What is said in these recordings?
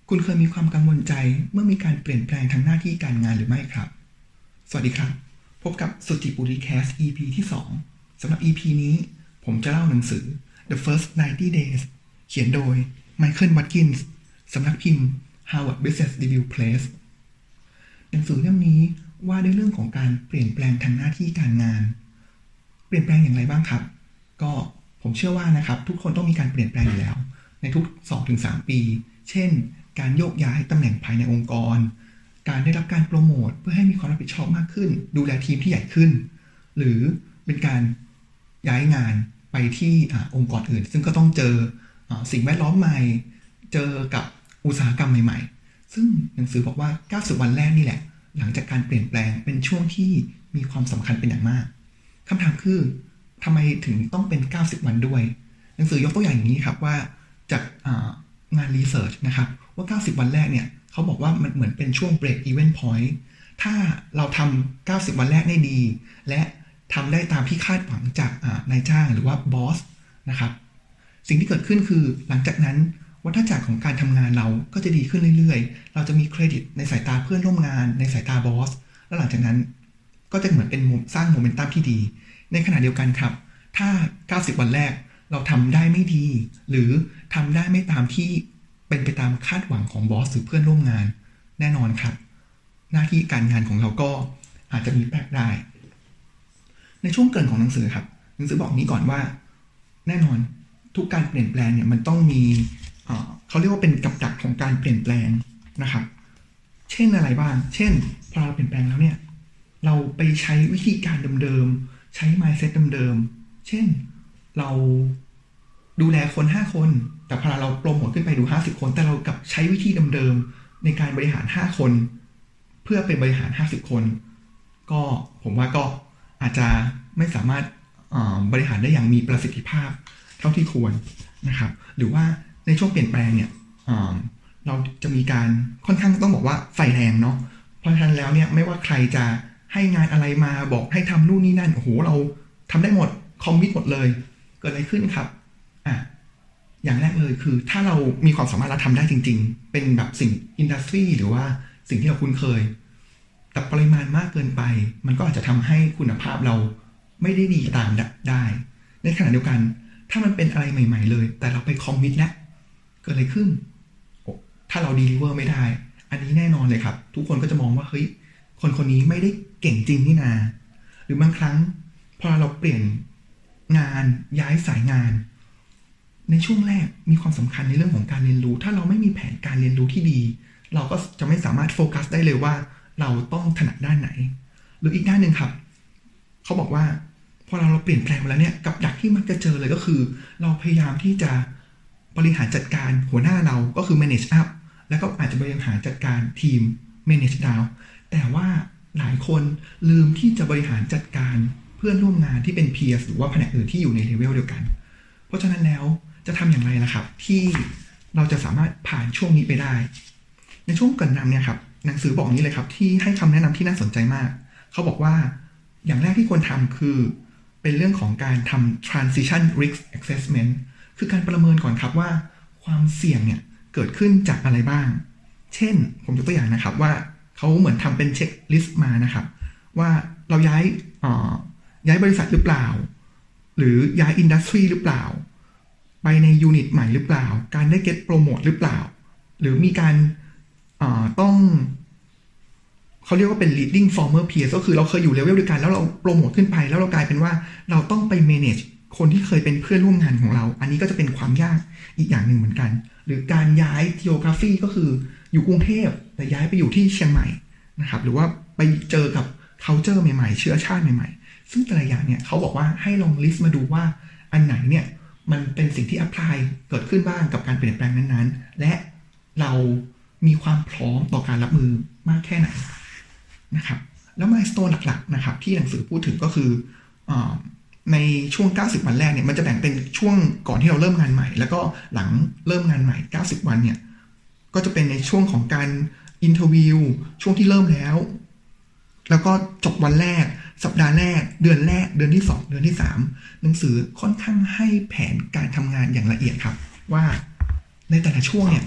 คุณเคยมีความกังวลใจเมื่อมีการเปลี่ยนแปลงทางหน้าที่การงานหรือไม่ครับสวัสดีครับพบกับสุจิปุริแคส EP ที่ 2 สำหรับ EP นี้ผมจะเล่าหนังสือ The First 90 Days เขียนโดย Michael Watkins สำนักพิมพ์ Harvard Business Review Press หนังสือเล่มนี้ว่าด้วยเรื่องของการเปลี่ยนแปลงทางหน้าที่การงานเปลี่ยนแปลงอย่างไรบ้างครับก็ผมเชื่อว่านะครับทุกคนต้องมีการเปลี่ยนแปลงอยู่แล้วในทุก 2-3 ปีเช่นการโยกย้ายตำแหน่งภายในองค์กรการได้รับการโปรโมทเพื่อให้มีความรับผิดชอบมากขึ้นดูแลทีมที่ใหญ่ขึ้นหรือเป็นการย้ายงานไปที่องค์กรอื่นซึ่งก็ต้องเจอสิ่งแวดล้อมใหม่เจอกับอุตสาหกรรมใหม่ๆซึ่งหนังสือบอกว่า90วันแรกนี่แหละหลังจากการเปลี่ยนแปลงเป็นช่วงที่มีความสำคัญเป็นอย่างมากคำถามคือทำไมถึงต้องเป็น90วันด้วยหนังสือยกตัวอย่างอย่างนี้ครับว่าจากงานรีเสิร์ชนะครับว่า90วันแรกเนี่ยเขาบอกว่ามันเหมือนเป็นช่วง break even point ถ้าเราทำ90วันแรกได้ดีและทำได้ตามที่คาดหวังจากนายจ้างหรือว่าบอสนะครับสิ่งที่เกิดขึ้นคือหลังจากนั้นวัฏจักรของการทำงานเราก็จะดีขึ้นเรื่อยๆเราจะมีเครดิตในสายตาเพื่อนร่วมงานในสายตาบอสแล้วหลังจากนั้นก็จะเหมือนเป็นสร้างโมเมนตัมที่ดีในขณะเดียวกันครับถ้า90วันแรกเราทำได้ไม่ดีหรือทำได้ไม่ตามที่เป็นไปตามคาดหวังของบอสหรือเพื่อนร่วมงานแน่นอนครับหน้าที่การงานของเราก็อาจจะมีแปลกได้ในช่วงเกริ่นของหนังสือครับหนังสือบอกนี้ก่อนว่าแน่นอนทุกการเปลี่ยนแปลงเนี่ยมันต้องมีเขาเรียกว่าเป็นกับดักของการเปลี่ยนแปลงนะครับเช่นอะไรบ้างเช่นพอเราเปลี่ยนแปลงแล้วเนี่ยเราไปใช้วิธีการเดิมๆใช้ mindset เดิมๆเช่นเราดูแลคน5คนแต่พอเราโปรโมทขึ้นไปดู50คนแต่เรากลับใช้วิธีเดิมๆในการบริหาร5คนเพื่อไปบริหาร50คนก็ผมว่าก็อาจจะไม่สามารถบริหารได้อย่างมีประสิทธิภาพเท่าที่ควรนะครับหรือว่าในช่วงเปลี่ยนแปลงเนี่ยเราจะมีการค่อนข้างต้องบอกว่าไฟแรงเนาะเพราะฉะนั้นแล้วเนี่ยไม่ว่าใครจะให้งานอะไรมาบอกให้ทำนู่นนี่นั่นโอ้โหเราทำได้หมดคอมมิตหมดเลยเกิดอะไรขึ้นครับอย่างแรกเลยคือถ้าเรามีความสามารถเราทำได้จริงๆเป็นแบบสิ่งอินดัสทรีหรือว่าสิ่งที่เราคุ้นเคยแต่ปริมาณมากเกินไปมันก็อาจจะทำให้คุณภาพเราไม่ได้ดีตามได้ในขณะเดียวกันถ้ามันเป็นอะไรใหม่ๆเลยแต่เราไปคอมมิตแล้วเกิดอะไรขึ้นถ้าเราดีลิเวอร์ไม่ได้อันนี้แน่นอนเลยครับทุกคนก็จะมองว่าเฮ้ยคนนี้ไม่ได้เก่งจริงนี่นาหรือบางครั้งพอเราเปลี่ยนงานย้ายสายงานในช่วงแรกมีความสำคัญในเรื่องของการเรียนรู้ถ้าเราไม่มีแผนการเรียนรู้ที่ดีเราก็จะไม่สามารถโฟกัสได้เลยว่าเราต้องถนัดด้านไหนหรืออีกด้านหนึ่งครับเขาบอกว่าพอเราเปลี่ยนแปลงมาแล้วเนี่ยกับดักที่มักจะเจอเลยก็คือเราพยายามที่จะบริหารจัดการหัวหน้าเราก็คือ manage up แล้วก็อาจจะบริหารจัดการทีม manage down แต่ว่าหลายคนลืมที่จะบริหารจัดการเพื่อนร่วมงานที่เป็น peers หรือว่าแผนกอื่นที่อยู่ในเลเวลเดียวกันเพราะฉะนั้นแล้วจะทำอย่างไรนะครับที่เราจะสามารถผ่านช่วงนี้ไปได้ในช่วงก่อนนำเนี่ยครับหนังสือบอกนี้เลยครับที่ให้คำแนะนำที่น่าสนใจมากเขาบอกว่าอย่างแรกที่ควรทำคือเป็นเรื่องของการทำ transition risk assessment คือการประเมินก่อนครับว่าความเสี่ยงเนี่ยเกิดขึ้นจากอะไรบ้างเช่นผมยกตัวอย่างนะครับว่าเขาเหมือนทำเป็นเช็คลิสต์มานะครับว่าเราย้ายบริษัทหรือเปล่าหรือย้ายอินดัสทรีหรือเปล่าไปในยูนิตใหม่หรือเปล่าการได้เก็ตโปรโมทหรือเปล่าหรือมีการต้องเขาเรียกว่าเป็น leading former peers ก็คือเราเคยอยู่เลเวลเดียวกันแล้วเราโปรโมทขึ้นไปแล้วเรากลายเป็นว่าเราต้องไป manage คนที่เคยเป็นเพื่อนร่วมงานของเราอันนี้ก็จะเป็นความยากอีกอย่างหนึ่งเหมือนกันหรือการย้าย geography ก็คืออยู่กรุงเทพแต่ย้ายไปอยู่ที่เชียงใหม่นะครับหรือว่าไปเจอกับ culture ใหม่ๆเชื้อชาติใหม่ๆซึ่งแต่ละอย่างเนี่ยเขาบอกว่าให้ลอง list มาดูว่าอันไหนเนี่ยมันเป็นสิ่งที่ apply เกิดขึ้นบ้างกับการเปลี่ยนแปลงนั้นๆและเรามีความพร้อมต่อการรับมือมากแค่ไหนนะครับแล้ว milestone หลักๆนะครับที่หนังสือพูดถึงก็คือในช่วง90วันแรกเนี่ยมันจะแบ่งเป็นช่วงก่อนที่เราเริ่มงานใหม่แล้วก็หลังเริ่มงานใหม่90วันเนี่ยก็จะเป็นในช่วงของการอินเทอร์วิวช่วงที่เริ่มแล้วก็จบวันแรกสัปดาห์แรกเดือนแรกเดือนที่2เดือนที่3หนังสือค่อนข้างให้แผนการทำงานอย่างละเอียดครับว่าในแต่ละช่วงเนี่ย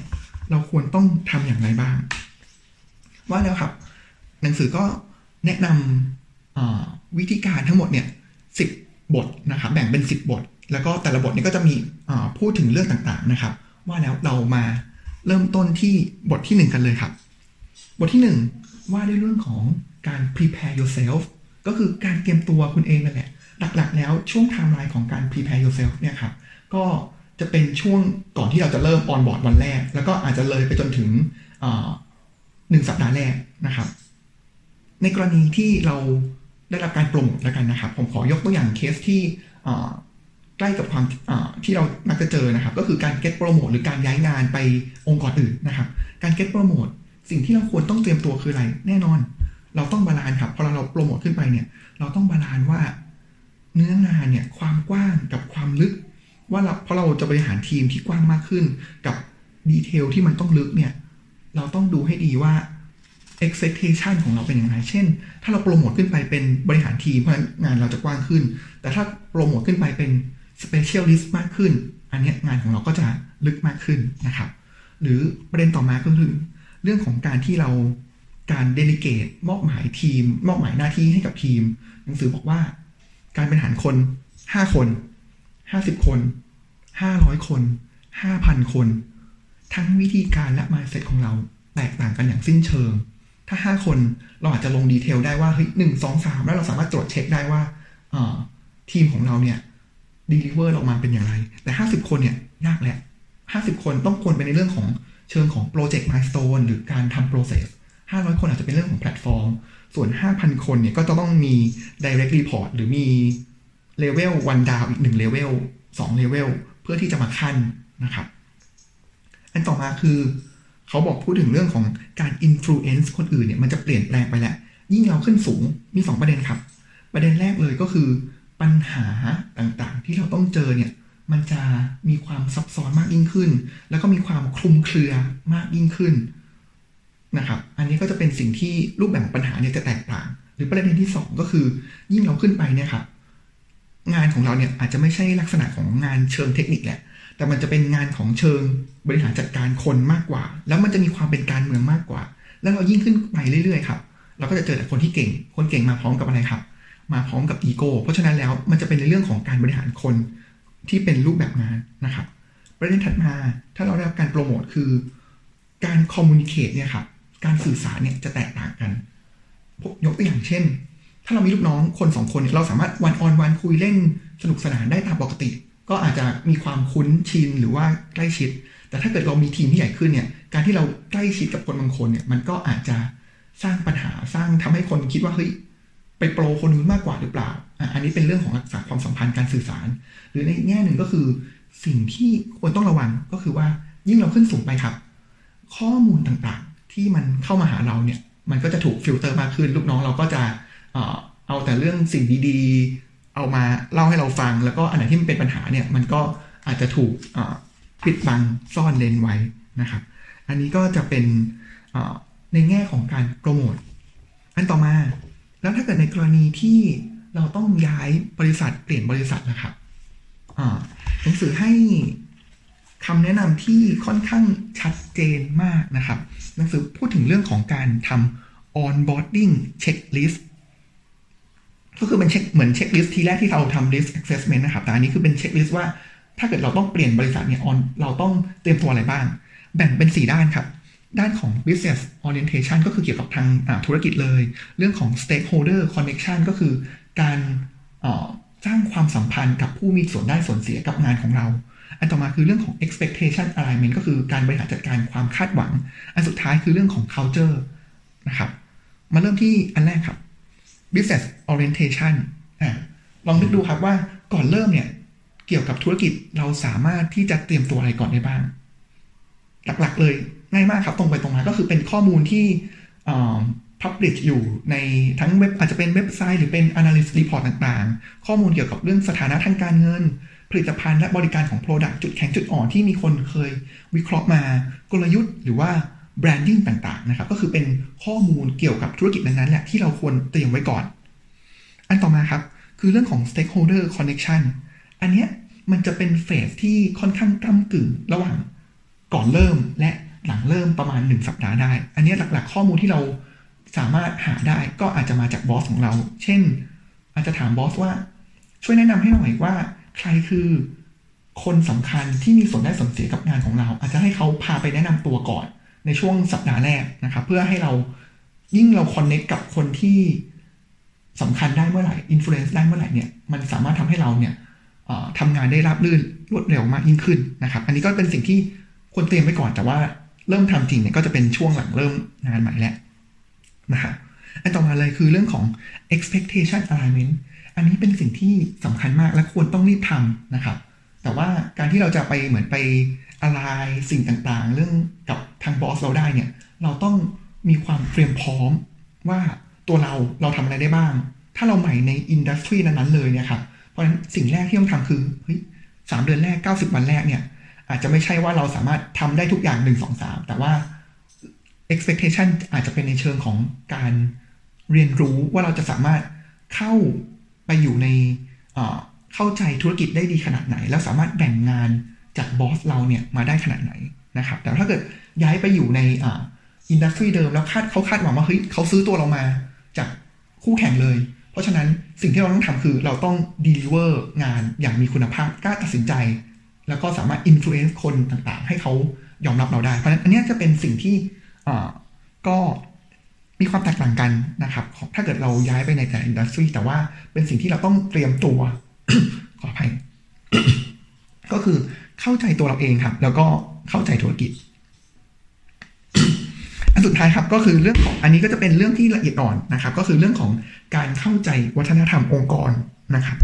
เราควรต้องทำอย่างไรบ้างว่าแล้วครับหนังสือก็แนะนำวิธีการทั้งหมดเนี่ย10 บทนะครับแบ่งเป็น10 บทแล้วก็แต่ละบทนี้ก็จะมีพูดถึงเรื่องต่างๆนะครับว่าแล้วเรามาเริ่มต้นที่บทที่1กันเลยครับบทที่1ว่าด้วยเรื่องของการ prepare yourself ก็คือการเตรียมตัวคุณเองนั่นแหละหลักๆแล้วช่วงไทม์ไลน์ของการ prepare yourself เนี่ยครับก็จะเป็นช่วงก่อนที่เราจะเริ่ม on board วันแรกแล้วก็อาจจะเลยไปจนถึง1 สัปดาห์แรกนะครับในกรณีที่เราได้รับการโปรโมทแล้วกันนะครับผมขอยกตัวอย่างเคสที่ใกล้กับความที่เรามักจะเจอนะครับก็คือการ get promote หรือการย้ายงานไปองค์กรอื่นนะครับการ get promote สิ่งที่เราควรต้องเตรียมตัวคืออะไรแน่นอนเราต้องบาลานซ์ครับพอเราโปรโมทขึ้นไปเนี่ยเราต้องบาลานซ์ว่าเนื้องานเนี่ยความกว้างกับความลึกว่าเพราะเราจะบริหารทีมที่กว้างมากขึ้นกับดีเทลที่มันต้องลึกเนี่ยเราต้องดูให้ดีว่า expectation ของเราเป็นยังไงเช่นถ้าเราโปรโมทขึ้นไปเป็นบริหารทีมเพราะฉะนั้นงานเราจะกว้างขึ้นแต่ถ้าโปรโมทขึ้นไปเป็น specialist มากขึ้นอันนี้งานของเราก็จะลึกมากขึ้นนะครับหรือประเด็นต่อมาก็คือเรื่องของการที่เราการ delegate มอบหมายทีมมอบหมายหน้าที่ให้กับทีมหนังสือบอกว่าการบริหารคน5 คน50 คน500 คน 5,000 คนทั้งวิธีการและ mindset ของเราแตกต่างกันอย่างสิ้นเชิงถ้า5 คนเราอาจจะลงดีเทลได้ว่าเฮ้ย1 2 3แล้วเราสามารถตรวจเช็คได้ว่าทีมของเราเนี่ย deliver ออกมาเป็นอย่างไรแต่50 คนเนี่ยยากแหละ50 คนต้องควรเป็นในเรื่องของเชิงของ project milestone หรือการทำ process 500 คนอาจจะเป็นเรื่องของแพลตฟอร์มส่วน 5,000 คนเนี่ยก็จะต้องมี direct report หรือมี level 1 down อีก1 level 2 level เพื่อที่จะมาขั้นนะครับอันต่อมาคือเขาบอกพูดถึงเรื่องของการ influence คนอื่นเนี่ยมันจะเปลี่ยนแปลงไปแล้วยิ่งเราขึ้นสูงมี2 ประเด็นครับประเด็นแรกเลยก็คือปัญหาต่างๆที่เราต้องเจอเนี่ยมันจะมีความซับซ้อนมากยิ่งขึ้นแล้วก็มีความคลุมเครือมากยิ่งขึ้นนะครับอันนี้ก็จะเป็นสิ่งที่รูปแบบปัญหาเนี่ยจะแตกต่างหรือประเด็นที่2ก็คือยิ่งเราขึ้นไปเนี่ยครับงานของเราเนี่ยอาจจะไม่ใช่ลักษณะของงานเชิงเทคนิคแหละแต่มันจะเป็นงานของเชิงบริหารจัดการคนมากกว่าแล้วมันจะมีความเป็นการเมืองมากกว่าแล้วเรายิ่งขึ้นไปเรื่อยๆครับเราก็จะเจอแต่คนที่เก่งคนเก่งมาพร้อมกับอะไรครับมาพร้อมกับอีโก้เพราะฉะนั้นแล้วมันจะเป็นในเรื่องของการบริหารคนที่เป็นรูปแบบงานนะครับประเด็นถัดมาถ้าเราได้รับการโปรโมทคือการคอมมูนิเคตเนี่ยครับการสื่อสารเนี่ยจะแตกต่างกันยกตัวอย่างเช่นถ้าเรามีลูกน้องคน2 คนเนี่ยเราสามารถวันออนวันคุยเล่นสนุกสนานได้ตามปกติก็อาจจะมีความคุ้นชินหรือว่าใกล้ชิดแต่ถ้าเกิดเรามีทีมที่ใหญ่ขึ้นเนี่ยการที่เราใกล้ชิดกับคนบางคนเนี่ยมันก็อาจจะสร้างปัญหาสร้างทำให้คนคิดว่าเฮ้ยไปโปรคนนู้นมากกว่าหรือเปล่าอันนี้เป็นเรื่องของรักษาความสัมพันธ์การสื่อสารหรือในแง่หนึ่งก็คือสิ่งที่ควรต้องระวังก็คือว่ายิ่งเราขึ้นสูงไปครับข้อมูลต่างๆที่มันเข้ามาหาเราเนี่ยมันก็จะถูกฟิลเตอร์มากขึ้นลูกน้องเราก็จะเอาแต่เรื่องสิ่งดีๆเอามาเล่าให้เราฟังแล้วก็อันไหนที่มันเป็นปัญหาเนี่ยมันก็อาจจะถูกปิดบังซ่อนเลนไว้นะครับอันนี้ก็จะเป็นในแง่ของการโปรโมทอันต่อมาแล้วถ้าเกิดในกรณีที่เราต้องย้ายบริษัทเปลี่ยนบริษัทนะครับหนังสือให้คำแนะนำที่ค่อนข้างชัดเจนมากนะครับหนังสือพูดถึงเรื่องของการทำ onboarding checklist ก็คือเป็นเช็คเหมือนเช็คลิสต์ทีแรกที่เราทำ risk assessment นะครับแต่อันนี้คือเป็นเช็คลิสต์ว่าถ้าเกิดเราต้องเปลี่ยนบริษัทเนี่ยเราต้องเตรียมตัวอะไรบ้างแบ่งเป็น4 ด้านครับด้านของ business orientation ก็คือเกี่ยวกับทางธุรกิจเลยเรื่องของ stakeholder connection ก็คือการสร้างความสัมพันธ์กับผู้มีส่วนได้ส่วนเสียกับงานของเราอันต่อมาคือเรื่องของ expectation alignment ก็คือการบริหารจัดการความคาดหวังอันสุดท้ายคือเรื่องของ culture นะครับมาเริ่มที่อันแรกครับ business orientation ลองนึกดูครับว่าก่อนเริ่มเนี่ยเกี่ยวกับธุรกิจเราสามารถที่จะเตรียมตัวอะไรก่อนได้บ้างหลักๆเลยง่ายมากครับตรงไปตรงมาก็คือเป็นข้อมูลที่publish อยู่ในทั้งเว็บอาจจะเป็นเว็บไซต์หรือเป็น analyst report ต่างๆข้อมูลเกี่ยวกับเรื่องสถานะทางการเงินผลิตภัณฑ์และบริการของ product จุดแข็งจุดอ่อนที่มีคนเคยวิเคราะห์มากลยุทธ์หรือว่า branding ต่างๆนะครับก็คือเป็นข้อมูลเกี่ยวกับธุรกิจนั้นๆแหละที่เราควรเตรียมไว้ก่อนอันต่อมาครับคือเรื่องของ stakeholder connection อันเนี้ยมันจะเป็นเฟสที่ค่อนข้างก้ำกึ่งระหว่างก่อนเริ่มและหลังเริ่มประมาณ1สัปดาห์ได้อันนี้หลักๆข้อมูลที่เราสามารถหาได้ก็อาจจะมาจากบอสของเราเช่นอาจจะถามบอสว่าช่วยแนะนำให้หน่อยว่าใครคือคนสำคัญที่มีส่วนได้ส่วนเสียกับงานของเราอาจจะให้เขาพาไปแนะนำตัวก่อนในช่วงสัปดาห์แรกนะครับเพื่อให้เรายิ่งเราคอนเนคกับคนที่สำคัญได้เมื่อไหร่อินฟลูเอนซ์ได้เมื่อไหร่เนี่ยมันสามารถทำให้เราเนี่ยทำงานได้ราบรื่นรวดเร็วมากยิ่งขึ้นนะครับอันนี้ก็เป็นสิ่งที่ควรเตรียมไว้ก่อนแต่ว่าเริ่มทำจริงเนี่ยก็จะเป็นช่วงหลังเริ่มงานใหม่แล้วนะครับอันต่อมาเลยคือเรื่องของ expectation alignment อันนี้เป็นสิ่งที่สำคัญมากและควรต้องรีบทำนะครับแต่ว่าการที่เราจะไปเหมือนไปalignสิ่งต่างๆเรื่องกับทางบอสเราได้เนี่ยเราต้องมีความเตรียมพร้อมว่าตัวเราทำอะไรได้บ้างถ้าเราใหม่ในอินดัสทรีนั้นๆเลยเนี่ยครับเพราะฉะนั้นสิ่งแรกที่ต้องทำคือ3 เดือนแรก90 วันแรกเนี่ยอาจจะไม่ใช่ว่าเราสามารถทำได้ทุกอย่าง1 2 3แต่ว่า expectation อาจจะเป็นในเชิงของการเรียนรู้ว่าเราจะสามารถเข้าไปอยู่ในเข้าใจธุรกิจได้ดีขนาดไหนแล้วสามารถแบ่งงานจากบอสเราเนี่ยมาได้ขนาดไหนนะครับแต่ถ้าเกิดย้ายไปอยู่ในอินดัสทรีเดิมแล้วเขาคาดหวังว่าเขาซื้อตัวเรามาจากคู่แข่งเลยเพราะฉะนั้นสิ่งที่เราต้องทำคือเราต้อง deliver งานอย่างมีคุณภาพกล้าตัดสินใจแล้วก็สามารถ influence คนต่างๆให้เขายอมรับเราได้เพราะฉะนั้นอันนี้จะเป็นสิ่งที่ก็มีความแตกต่างกันนะครับถ้าเกิดเราย้ายไปในแต่อินดัสทรีแต่ว่าเป็นสิ่งที่เราต้องเตรียมตัว ขออภัย ก็คือเข้าใจตัวเราเองครับแล้วก็เข้าใจธุรกิจ อันสุดท้ายครับก็คือเรื่องของอันนี้ก็จะเป็นเรื่องที่ละเอียดอ่อนนะครับก็คือเรื่องของการเข้าใจวัฒนธรรมองค์กรนะครับ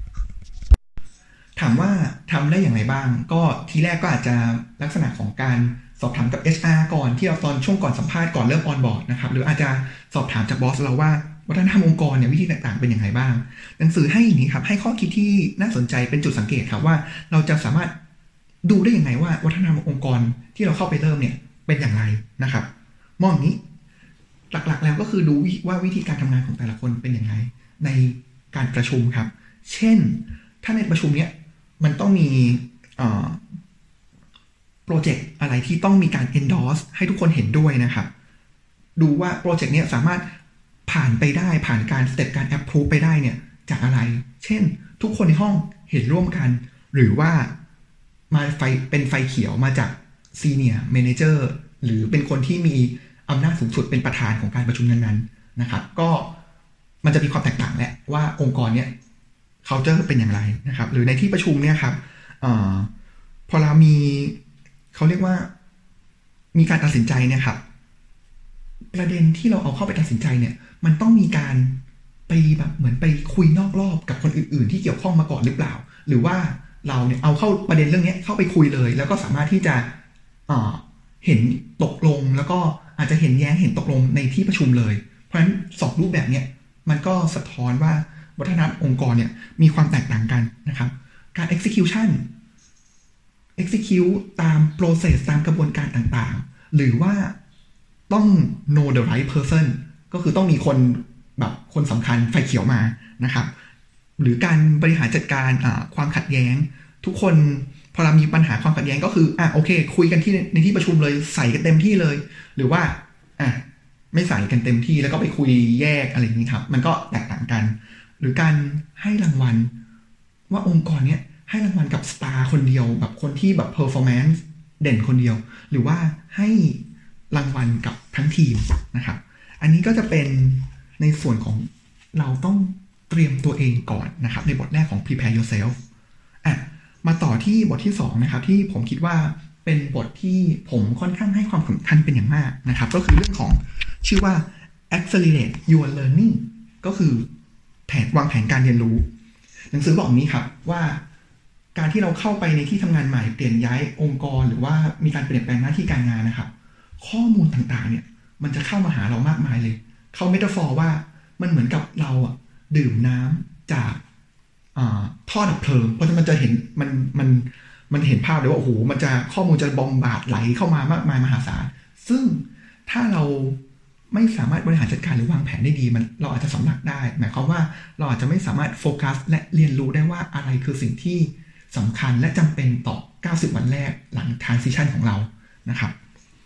ถามว่าทำได้อย่างไรบ้างก็ทีแรกก็อาจจะลักษณะของการสอบถามกับ HR ก่อนที่เราตอนช่วงก่อนสัมภาษณ์ก่อนเริ่มออนบอร์ดนะครับหรืออาจจะสอบถามจากบอสเราว่าวัฒนธรรมองค์กรเนี่ยวิธีต่างๆเป็นอย่างไรบ้างหนังสือให้อย่างนี้ครับให้ข้อคิดที่น่าสนใจเป็นจุดสังเกตครับว่าเราจะสามารถดูได้อย่างไรว่าวัฒนธรรมองค์กรที่เราเข้าไปเริ่มเนี่ยเป็นอย่างไรนะครับมองอย่างนี้หลักๆแล้วก็คือดูว่าวิธีการทำงานของแต่ละคนเป็นอย่างไรในการประชุมครับเช่นถ้าในประชุมเนี้ยมันต้องมีโปรเจกต์อะไรที่ต้องมีการ endorse ให้ทุกคนเห็นด้วยนะครับดูว่าโปรเจกต์เนี้ยสามารถผ่านไปได้ผ่านการสเต็ปการ approve ไปได้เนี่ยจากอะไรเช่นทุกคนในห้องเห็นร่วมกันหรือว่ามาเป็นไฟเขียวมาจาก senior manager หรือเป็นคนที่มีอำนาจสูงสุดเป็นประธานของการประชุมนั้นๆนะครับก็มันจะมีความแตกต่างแหละว่าองค์กรเนี้ยculture เป็นอย่างไรนะครับหรือในที่ประชุมเนี่ยครับพอเรามีเขาเรียกว่ามีการตัดสินใจเนี่ยครับประเด็นที่เราเอาเข้าไปตัดสินใจเนี่ยมันต้องมีการไปแบบเหมือนไปคุยนอกรอบกับคนอื่นๆที่เกี่ยวข้องมาก่อนหรือเปล่าหรือว่าเราเนี่ยเอาเข้าประเด็นเรื่องนี้เข้าไปคุยเลยแล้วก็สามารถที่จะเห็นตกลงแล้วก็อาจจะเห็นแย้งเห็นตกลงในที่ประชุมเลยเพราะฉะนั้น2รูปแบบเนี่ยมันก็สะท้อนว่าวัฒนธรรมองค์กรเนี่ยมีความแตกต่างกันนะครับการ execute ตาม process ตามกระบวนการต่างๆหรือว่าต้อง know the right person ก็คือต้องมีคนแบบคนสำคัญไฟเขียวมานะครับหรือการบริหารจัดการความขัดแย้งทุกคนพอเรามีปัญหาความขัดแย้งก็คือโอเคคุยกันที่ในที่ประชุมเลยใส่กันเต็มที่เลยหรือว่าไม่ใส่กันเต็มที่แล้วก็ไปคุยแยกอะไรอย่างนี้ครับมันก็แตกต่างกันหรือการให้รางวัลว่าองค์กรเนี้ยให้รางวัลกับสตาร์คนเดียวแบบคนที่แบบเพอร์ฟอร์แมนซ์เด่นคนเดียวหรือว่าให้รางวัลกับทั้งทีมนะครับอันนี้ก็จะเป็นในส่วนของเราต้องเตรียมตัวเองก่อนนะครับในบทแรกของ prepare yourself มาต่อที่บทที่2นะครับที่ผมคิดว่าเป็นบทที่ผมค่อนข้างให้ความสำคัญเป็นอย่างมากนะครับก็คือเรื่องของชื่อว่า accelerate your learning ก็คือวางแผนการเรียนรู้หนังสือบอกนี้ครับว่าการที่เราเข้าไปในที่ทำงานใหม่เปลี่ยนย้ายองค์กรหรือว่ามีการเปลี่ยนแปลงหน้าที่การงานนะครับข้อมูลต่างๆเนี่ยมันจะเข้ามาหาเรามากมายเลยเขาเมตาฟอร์ว่ามันเหมือนกับเราดื่มน้ำจากท่อดับเพลิงเพราะมันจะเห็นมันเห็นภาพเลยว่าโอ้โหมันจะข้อมูลจะบอมบาร์ดไหลเข้ามามากมายมหาศาลซึ่งถ้าเราไม่สามารถบริหารจัดการหรือวางแผนได้ดีเราอาจจะสำลักได้หมายความว่าเราอาจจะไม่สามารถโฟกัสและเรียนรู้ได้ว่าอะไรคือสิ่งที่สำคัญและจำเป็นต่อ90 วันแรกหลัง transition ของเรานะครับ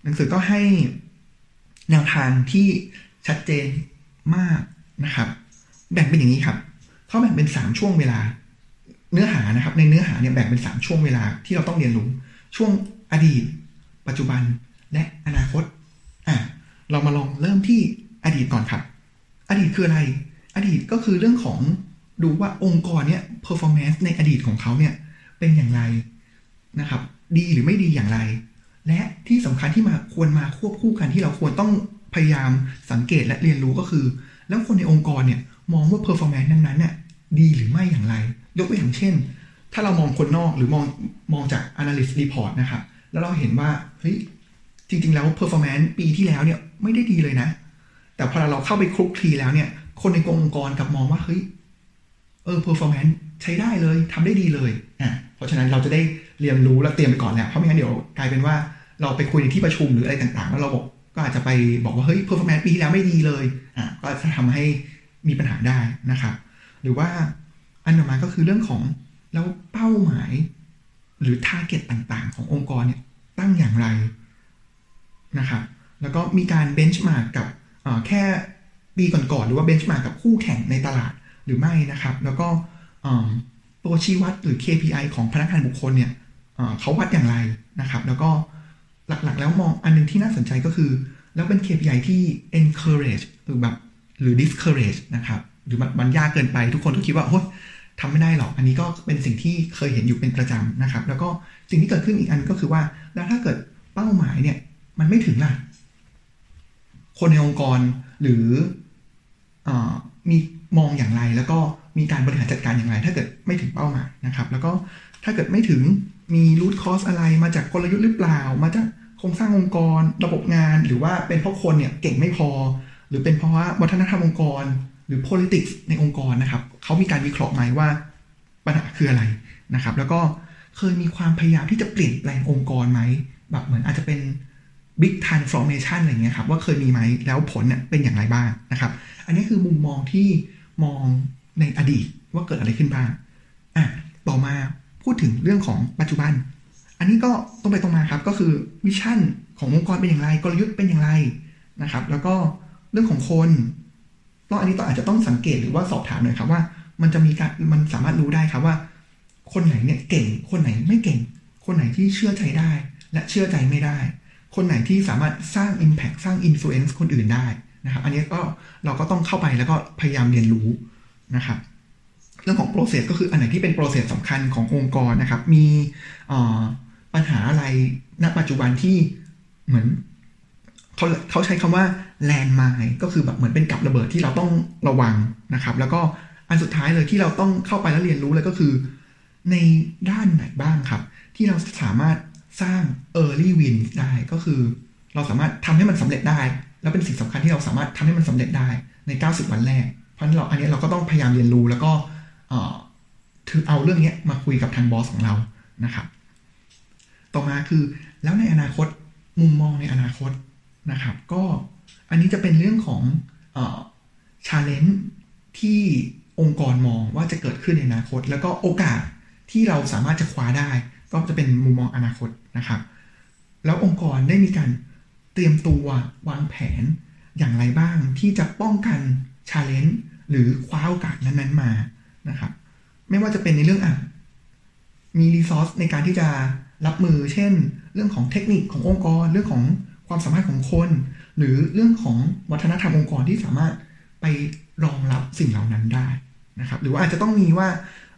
หนังสือก็ให้แนวทางที่ชัดเจนมากนะครับแบ่งเป็นอย่างนี้ครับเขาแบ่งเป็น3ช่วงเวลาเนื้อหานะครับในเนื้อหาเนี่ยแบ่งเป็น3ช่วงเวลาที่เราต้องเรียนรู้ช่วงอดีตปัจจุบันและอนาคตเรามาลองเริ่มที่อดีตก่อนครับอดีตคืออะไรอดีตก็คือเรื่องของดูว่าองค์กรเนี่ย performance ในอดีตของเขาเนี่ยเป็นอย่างไรนะครับดีหรือไม่ดีอย่างไรและที่สำคัญที่ควรมาควบคู่กันที่เราควรต้องพยายามสังเกตและเรียนรู้ก็คือแล้วคนในองค์กรเนี่ยมองว่า performance นั้นเนี่ยดีหรือไม่อย่างไรยกตัวอย่างเช่นถ้าเรามองคนนอกหรือมองจาก analyst report นะครับแล้วเราเห็นว่าเฮ้ยจริงๆแล้ว performance ปีที่แล้วเนี่ยไม่ได้ดีเลยนะแต่พอเราเข้าไปคลุกคลีแล้วเนี่ยคนในองค์กรกลับมองว่าเฮ้ยperformance ใช้ได้เลยทำได้ดีเลยเพราะฉะนั้นเราจะได้เรียนรู้และเตรียมไปก่อนแล้วเพราะไม่งั้นเดี๋ยวกลายเป็นว่าเราไปคุยในที่ประชุมหรืออะไรต่างๆแล้วเราก็อาจจะไปบอกว่าเฮ้ย performance ปีที่แล้วไม่ดีเลยก็จะทำให้มีปัญหาได้นะครับหรือว่าอันต่อมาก็คือเรื่องของแล้วเป้าหมายหรือ target ต่างๆขององค์กรเนี่ยตั้งอย่างไรนะครับแล้วก็มีการ benchmark กับแค่ปีก่อนๆหรือว่า benchmark กับคู่แข่งในตลาดหรือไม่นะครับแล้วก็ตัวชี้วัดหรือ KPI ของพนักงานบุคคลเนี่ยเขาวัดอย่างไรนะครับแล้วก็หลักๆแล้วมองอันนึงที่น่าสนใจก็คือแล้วเป็น KPI ที่ encourage หรือ discourage นะครับหรือมันยากเกินไปทุกคนก็คิดว่าโอ๊ยทำไม่ได้หรอกอันนี้ก็เป็นสิ่งที่เคยเห็นอยู่เป็นประจำนะครับแล้วก็สิ่งที่เกิดขึ้นอีกอันก็คือว่าแล้วถ้าเกิดเป้าหมายเนี่ยมันไม่ถึงล่ะคนในองค์กรหรือมีมองอย่างไรแล้วก็มีการบริหารจัดการอย่างไรถ้าเกิดไม่ถึงเป้าหมายนะครับแล้วก็ถ้าเกิดไม่ถึงมี root cause อะไรมาจากกลยุทธ์หรือเปล่ามาจากโครงสร้างองค์กรระบบงานหรือว่าเป็นเพราะคนเนี่ยเก่งไม่พอหรือเป็นเพราะว่าวัฒนธรรมองค์กรหรือ politics ในองค์กรนะครับเขามีการวิเคราะห์ไหมว่าปัญหาคืออะไรนะครับแล้วก็เคยมีความพยายามที่จะเปลี่ยนแปลงองค์กรไหมแบบเหมือนอาจจะเป็น big transformation อะไรเงี้ยครับว่าเคยมีไหมแล้วผลเนี่ยเป็นอย่างไรบ้างนะครับอันนี้คือมุมมองที่มองในอดีตว่าเกิดอะไรขึ้นบ้างต่อมาพูดถึงเรื่องของปัจจุบันอันนี้ก็ตรงไปตรงมาครับก็คือวิชั่นขององค์กรเป็นอย่างไรกลยุทธ์เป็นอย่างไรนะครับแล้วก็เรื่องของคนก็อันนี้ต้องอาจจะต้องสังเกตหรือว่าสอบถามหน่อยครับว่ามันสามารถรู้ได้ครับว่าคนไหนเนี่ยเก่งคนไหนไม่เก่งคนไหนที่เชื่อใจได้และเชื่อใจไม่ได้คนไหนที่สามารถสร้าง impact สร้าง influence คนอื่นได้นะครับอันนี้ก็เราก็ต้องเข้าไปแล้วก็พยายามเรียนรู้นะครับเรื่องของ process ก็คืออันไหนที่เป็น process สำคัญขององค์กรนะครับมีปัญหาอะไรณปัจจุบันที่เหมือนเขาใช้คำว่า landmine ก็คือแบบเหมือนเป็นกับระเบิดที่เราต้องระวังนะครับแล้วก็อันสุดท้ายเลยที่เราต้องเข้าไปแล้วเรียนรู้เลยก็คือในด้านไหนบ้างครับที่เราสามารถสร้าง early win ได้ก็คือเราสามารถทำให้มันสำเร็จได้แล้วเป็นสิ่งสำคัญที่เราสามารถทำให้มันสำเร็จได้ใน90วันแรกเพราะฉะนั้นอันนี้เราก็ต้องพยายามเรียนรู้แล้วก็ถือเอาเรื่องนี้มาคุยกับทางบอสของเรานะครับต่อมาคือแล้วในอนาคตมุมมองในอนาคตนะครับก็อันนี้จะเป็นเรื่องของchallenge ที่องค์กรมองว่าจะเกิดขึ้นในอนาคตแล้วก็โอกาสที่เราสามารถจะคว้าได้ก็จะเป็นมุมมองอนาคตนะครับแล้วองค์กรได้มีการเตรียมตัววางแผนอย่างไรบ้างที่จะป้องกัน challenge หรือคว้าโอกาสนั้นๆมานะครับไม่ว่าจะเป็นในเรื่องมีรีซอสในการที่จะรับมือเช่นเรื่องของเทคนิคขององค์กรเรื่องของความสามารถของคนหรือเรื่องของวัฒนธรรมองค์กรที่สามารถไปรองรับสิ่งเหล่านั้นได้นะครับหรือว่าอาจจะต้องมีว่า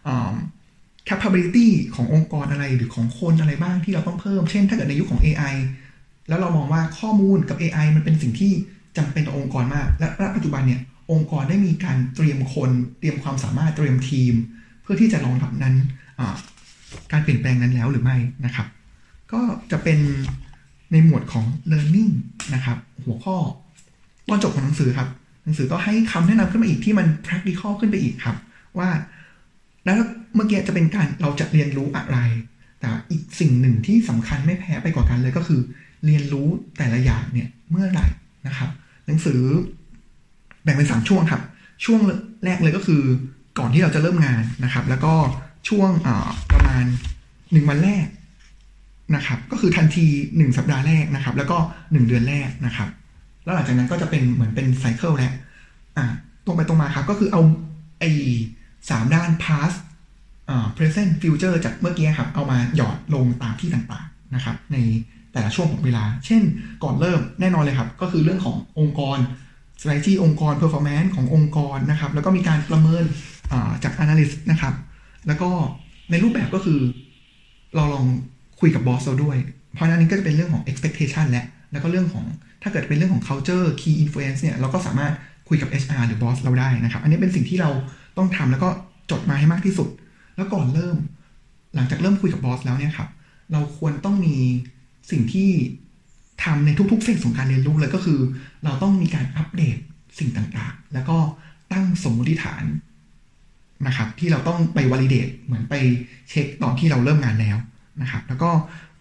capability ขององค์กรอะไรหรือของคนอะไรบ้างที่เราต้องเพิ่มเช่นถ้าเกิดในยุคของ AI แล้วเรามองว่าข้อมูลกับ AI มันเป็นสิ่งที่จำเป็นต่อองค์กรมากและปัจจุบันเนี่ยองค์กรได้มีการเตรียมคนเตรียมความสามารถเตรียมทีมเพื่อที่จะรองรับนั้นการเปลี่ยนแปลงนั้นแล้วหรือไม่นะครับก็จะเป็นในหมวดของ learning นะครับหัวข้อตอนจบของหนังสือครับหนังสือก็ให้คำแนะนำขึ้นมาอีกที่มัน practical ขึ้นไปอีกครับว่าแล้วเมื่อกี้จะเป็นการเราจะเรียนรู้อะไรแต่อีกสิ่งหนึ่งที่สำคัญไม่แพ้ไปกว่ากันเลยก็คือเรียนรู้แต่ละอย่างเนี่ยเมื่อไหร่นะครับหนังสือแบ่งเป็น3ช่วงครับช่วงแรกเลยก็คือก่อนที่เราจะเริ่มงานนะครับแล้วก็ช่วงประมาณ1วันแรกนะครับก็คือทันที1สัปดาห์แรกนะครับแล้วก็1เดือนแรกนะครับแล้วหลังจากนั้นก็จะเป็นเหมือนเป็นไซเคิลแล้วตรงไปตรงมาครับก็คือเอาไอ้3ด้าน past present future จากเมื่อกี้ครับเอามาหยอดลงตามที่ต่างๆนะครับในแต่ละช่วงของเวลาเช่นก่อนเริ่มแน่นอนเลยครับก็คือเรื่องขององค์กร strategy องค์กร performance ขององค์กรนะครับแล้วก็มีการประเมินจาก analyst นะครับแล้วก็ในรูปแบบก็คือเราลองคุยกับบอสเราด้วยเพราะนั้นนี้ก็จะเป็นเรื่องของ expectation แล้วก็เรื่องของถ้าเกิดเป็นเรื่องของ culture key influence เนี่ยเราก็สามารถคุยกับ HR หรือบอสเราได้นะครับอันนี้เป็นสิ่งที่เราต้องทำแล้วก็จดมาให้มากที่สุดแล้วก่อนเริ่มหลังจากเริ่มคุยกับบอสแล้วเนี่ยครับเราควรต้องมีสิ่งที่ทำในทุกๆเฟสของการเรียนรู้เลยก็คือเราต้องมีการอัปเดตสิ่งต่างๆแล้วก็ตั้งสมมติฐานนะครับที่เราต้องไป validate เหมือนไปเช็คตอนที่เราเริ่มงานแล้วนะครับแล้วก็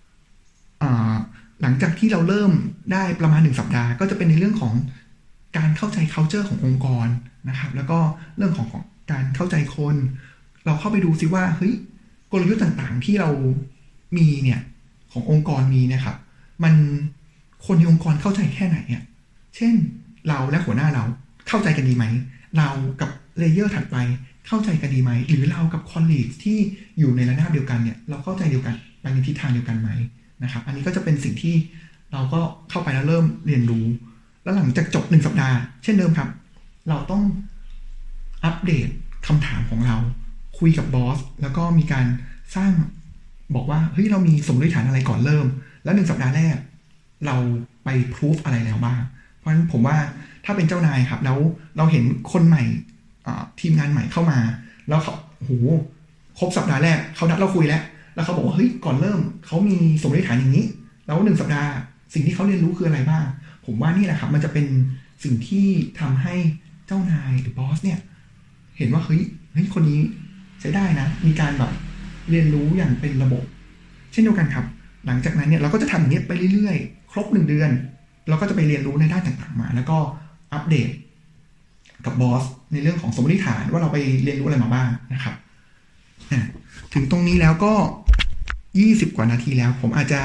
หลังจากที่เราเริ่มได้ประมาณ1สัปดาห์ก็จะเป็นในเรื่องของการเข้าใจ culture ขององค์กรนะครับแล้วก็เรื่องของการเข้าใจคนเราเข้าไปดูซิว่าเฮ้ยกลยุทธ์ต่างๆที่เรามีเนี่ยขององค์กรมีนะครับมันคนในองค์กรเข้าใจแค่ไหนเนี่ยเช่นเราและหัวหน้าเราเข้าใจกันดีไหมเรากับเลเยอร์ถัดไปเข้าใจกันดีไหมหรือเรากับคอลลีกที่อยู่ในระนาบเดียวกันเนี่ยเราเข้าใจเดียวกันไปในทิศทางเดียวกันไหมนะครับอันนี้ก็จะเป็นสิ่งที่เราก็เข้าไปแล้วเริ่มเรียนรู้แล้วหลังจากจบ1สัปดาห์เช่นเดิมครับเราต้องอัปเดตคำถามของเราคุยกับบอสแล้วก็มีการสร้างบอกว่าเฮ้ยเรามีสมมติฐานอะไรก่อนเริ่มแล้ว1สัปดาห์แรกเราไปพิสูจอะไรแล้วบ้างเพราะฉะนั้นผมว่าถ้าเป็นเจ้านายครับแล้วเราเห็นคนใหม่ทีมงานใหม่เข้ามาแล้วเขาครบสัปดาห์แรกเขานัดเราคุยแล้วเขาบอกว่าเฮ้ยก่อนเริ่มเขามีสมมติฐานอย่างนี้แล้ว1สัปดาห์สิ่งที่เขาเรียนรู้คืออะไรบ้างผมว่านี่แหละครับมันจะเป็นสิ่งที่ทำให้เจ้านายหรือบอสเนี่ยเห็นว่าเฮ้ยคนนี้ใช้ได้นะมีการแบบเรียนรู้อย่างเป็นระบบเช่นเดียวกันครับหลังจากนั้นเนี่ยเราก็จะทำอย่างนี้ไปเรื่อยๆครบ1เดือนเราก็จะไปเรียนรู้ในด้านต่างๆมาแล้วก็อัปเดตกับบอสในเรื่องของสมมติฐานว่าเราไปเรียนรู้อะไรมาบ้างนะครับถึงตรงนี้แล้วก็20กว่านาทีแล้วผมอาจจะ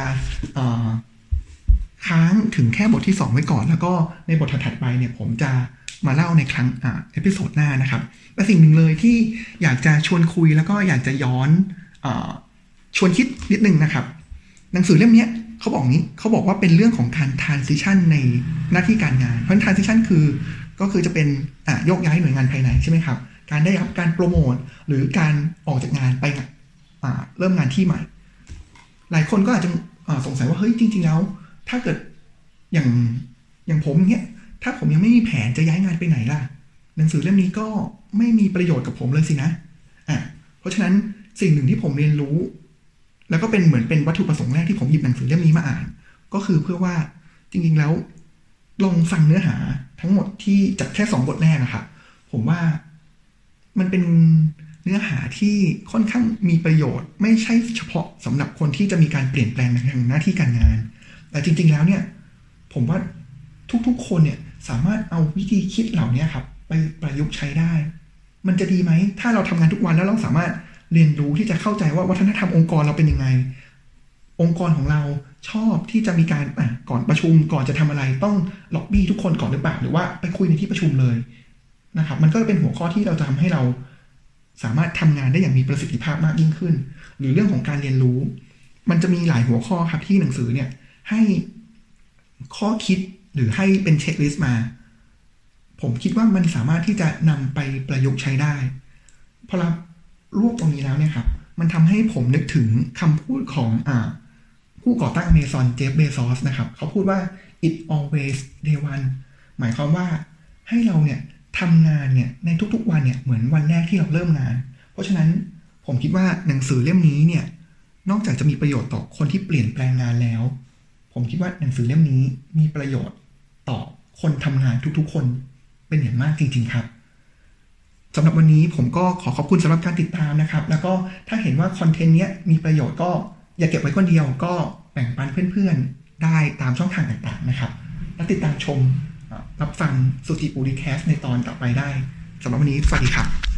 ค้างถึงแค่บทที่2ไว้ก่อนแล้วก็ในบทถัดไปเนี่ยผมจะมาเล่าในครั้งเอพิโซดหน้านะครับและสิ่งหนึ่งเลยที่อยากจะชวนคุยแล้วก็อยากจะย้อนชวนคิดนิดนึงนะครับหนังสือเล่มนี้เขาบอกว่าเป็นเรื่องของการ transition ในหน้าที่การงานเพราะ transition ก็คือจะเป็นโยกย้ายหน่วยงานภายในใช่ไหมครับการได้รับการโปรโมทหรือการออกจากงานไปเริ่มงานที่ใหม่หลายคนก็อาจจะสงสัยว่าเฮ้ยจริงๆแล้วถ้าเกิดอย่างผมเนี้ยถ้าผมยังไม่มีแผนจะย้ายงานไปไหนล่ะหนังสือเล่มนี้ก็ไม่มีประโยชน์กับผมเลยสินะเพราะฉะนั้นสิ่งหนึ่งที่ผมเรียนรู้แล้วก็เป็นเหมือนเป็นวัตถุประสงค์แรกที่ผมหยิบหนังสือเล่มนี้มาอ่านก็คือเพื่อว่าจริงๆแล้วลองฟังเนื้อหาทั้งหมดที่จากแค่2บทแรกนะครับผมว่ามันเป็นเนื้อหาที่ค่อนข้างมีประโยชน์ไม่ใช่เฉพาะสำหรับคนที่จะมีการเปลี่ยนแปลงในทางหน้าที่การงานแต่จริงๆแล้วเนี่ยผมว่าทุกๆคนเนี่ยสามารถเอาวิธีคิดเหล่านี้ครับไปประยุกต์ใช้ได้มันจะดีไหมถ้าเราทำงานทุกวันแล้วเราสามารถเรียนรู้ที่จะเข้าใจว่าวัฒนธรรมองค์กรเราเป็นยังไงองค์กรของเราชอบที่จะมีการก่อนประชุมก่อนจะทำอะไรต้องล็อบบี้ทุกคนก่อนหรือเปล่าหรือว่าไปคุยในที่ประชุมเลยนะครับมันก็เป็นหัวข้อที่เราจะทำให้เราสามารถทำงานได้อย่างมีประสิทธิภาพมากยิ่งขึ้นหรือเรื่องของการเรียนรู้มันจะมีหลายหัวข้อครับที่หนังสือเนี่ยให้ข้อคิดหรือให้เป็นเช็คลิสต์มาผมคิดว่ามันสามารถที่จะนำไปประยุกต์ใช้ได้พอเรารวบตรงนี้แล้วเนี่ยครับมันทำให้ผมนึกถึงคำพูดของผู้ก่อตั้ง Amazon เจฟ เบซอสนะครับเขาพูดว่า it always day one หมายความว่าให้เราเนี่ยทำงานเนี่ยในทุกๆวันเนี่ยเหมือนวันแรกที่เราเริ่มงานเพราะฉะนั้นผมคิดว่าหนังสือเล่มนี้เนี่ยนอกจากจะมีประโยชน์ต่อคนที่เปลี่ยนแปลงงานแล้วผมคิดว่าหนังสือเล่มนี้มีประโยชน์ต่อคนทำงานทุกๆคนเป็นอย่างมากจริงๆครับสำหรับวันนี้ผมก็ขอบคุณสำหรับการติดตามนะครับแล้วก็ถ้าเห็นว่าคอนเทนต์นี้มีประโยชน์ก็อย่าเก็บไว้คนเดียวก็แบ่งปันเพื่อนๆได้ตามช่องทางต่างๆนะครับและติดตามชมรับฟังสุจิปุริแคสในตอนต่อไปได้สำหรับวันนี้สวัสดีครับ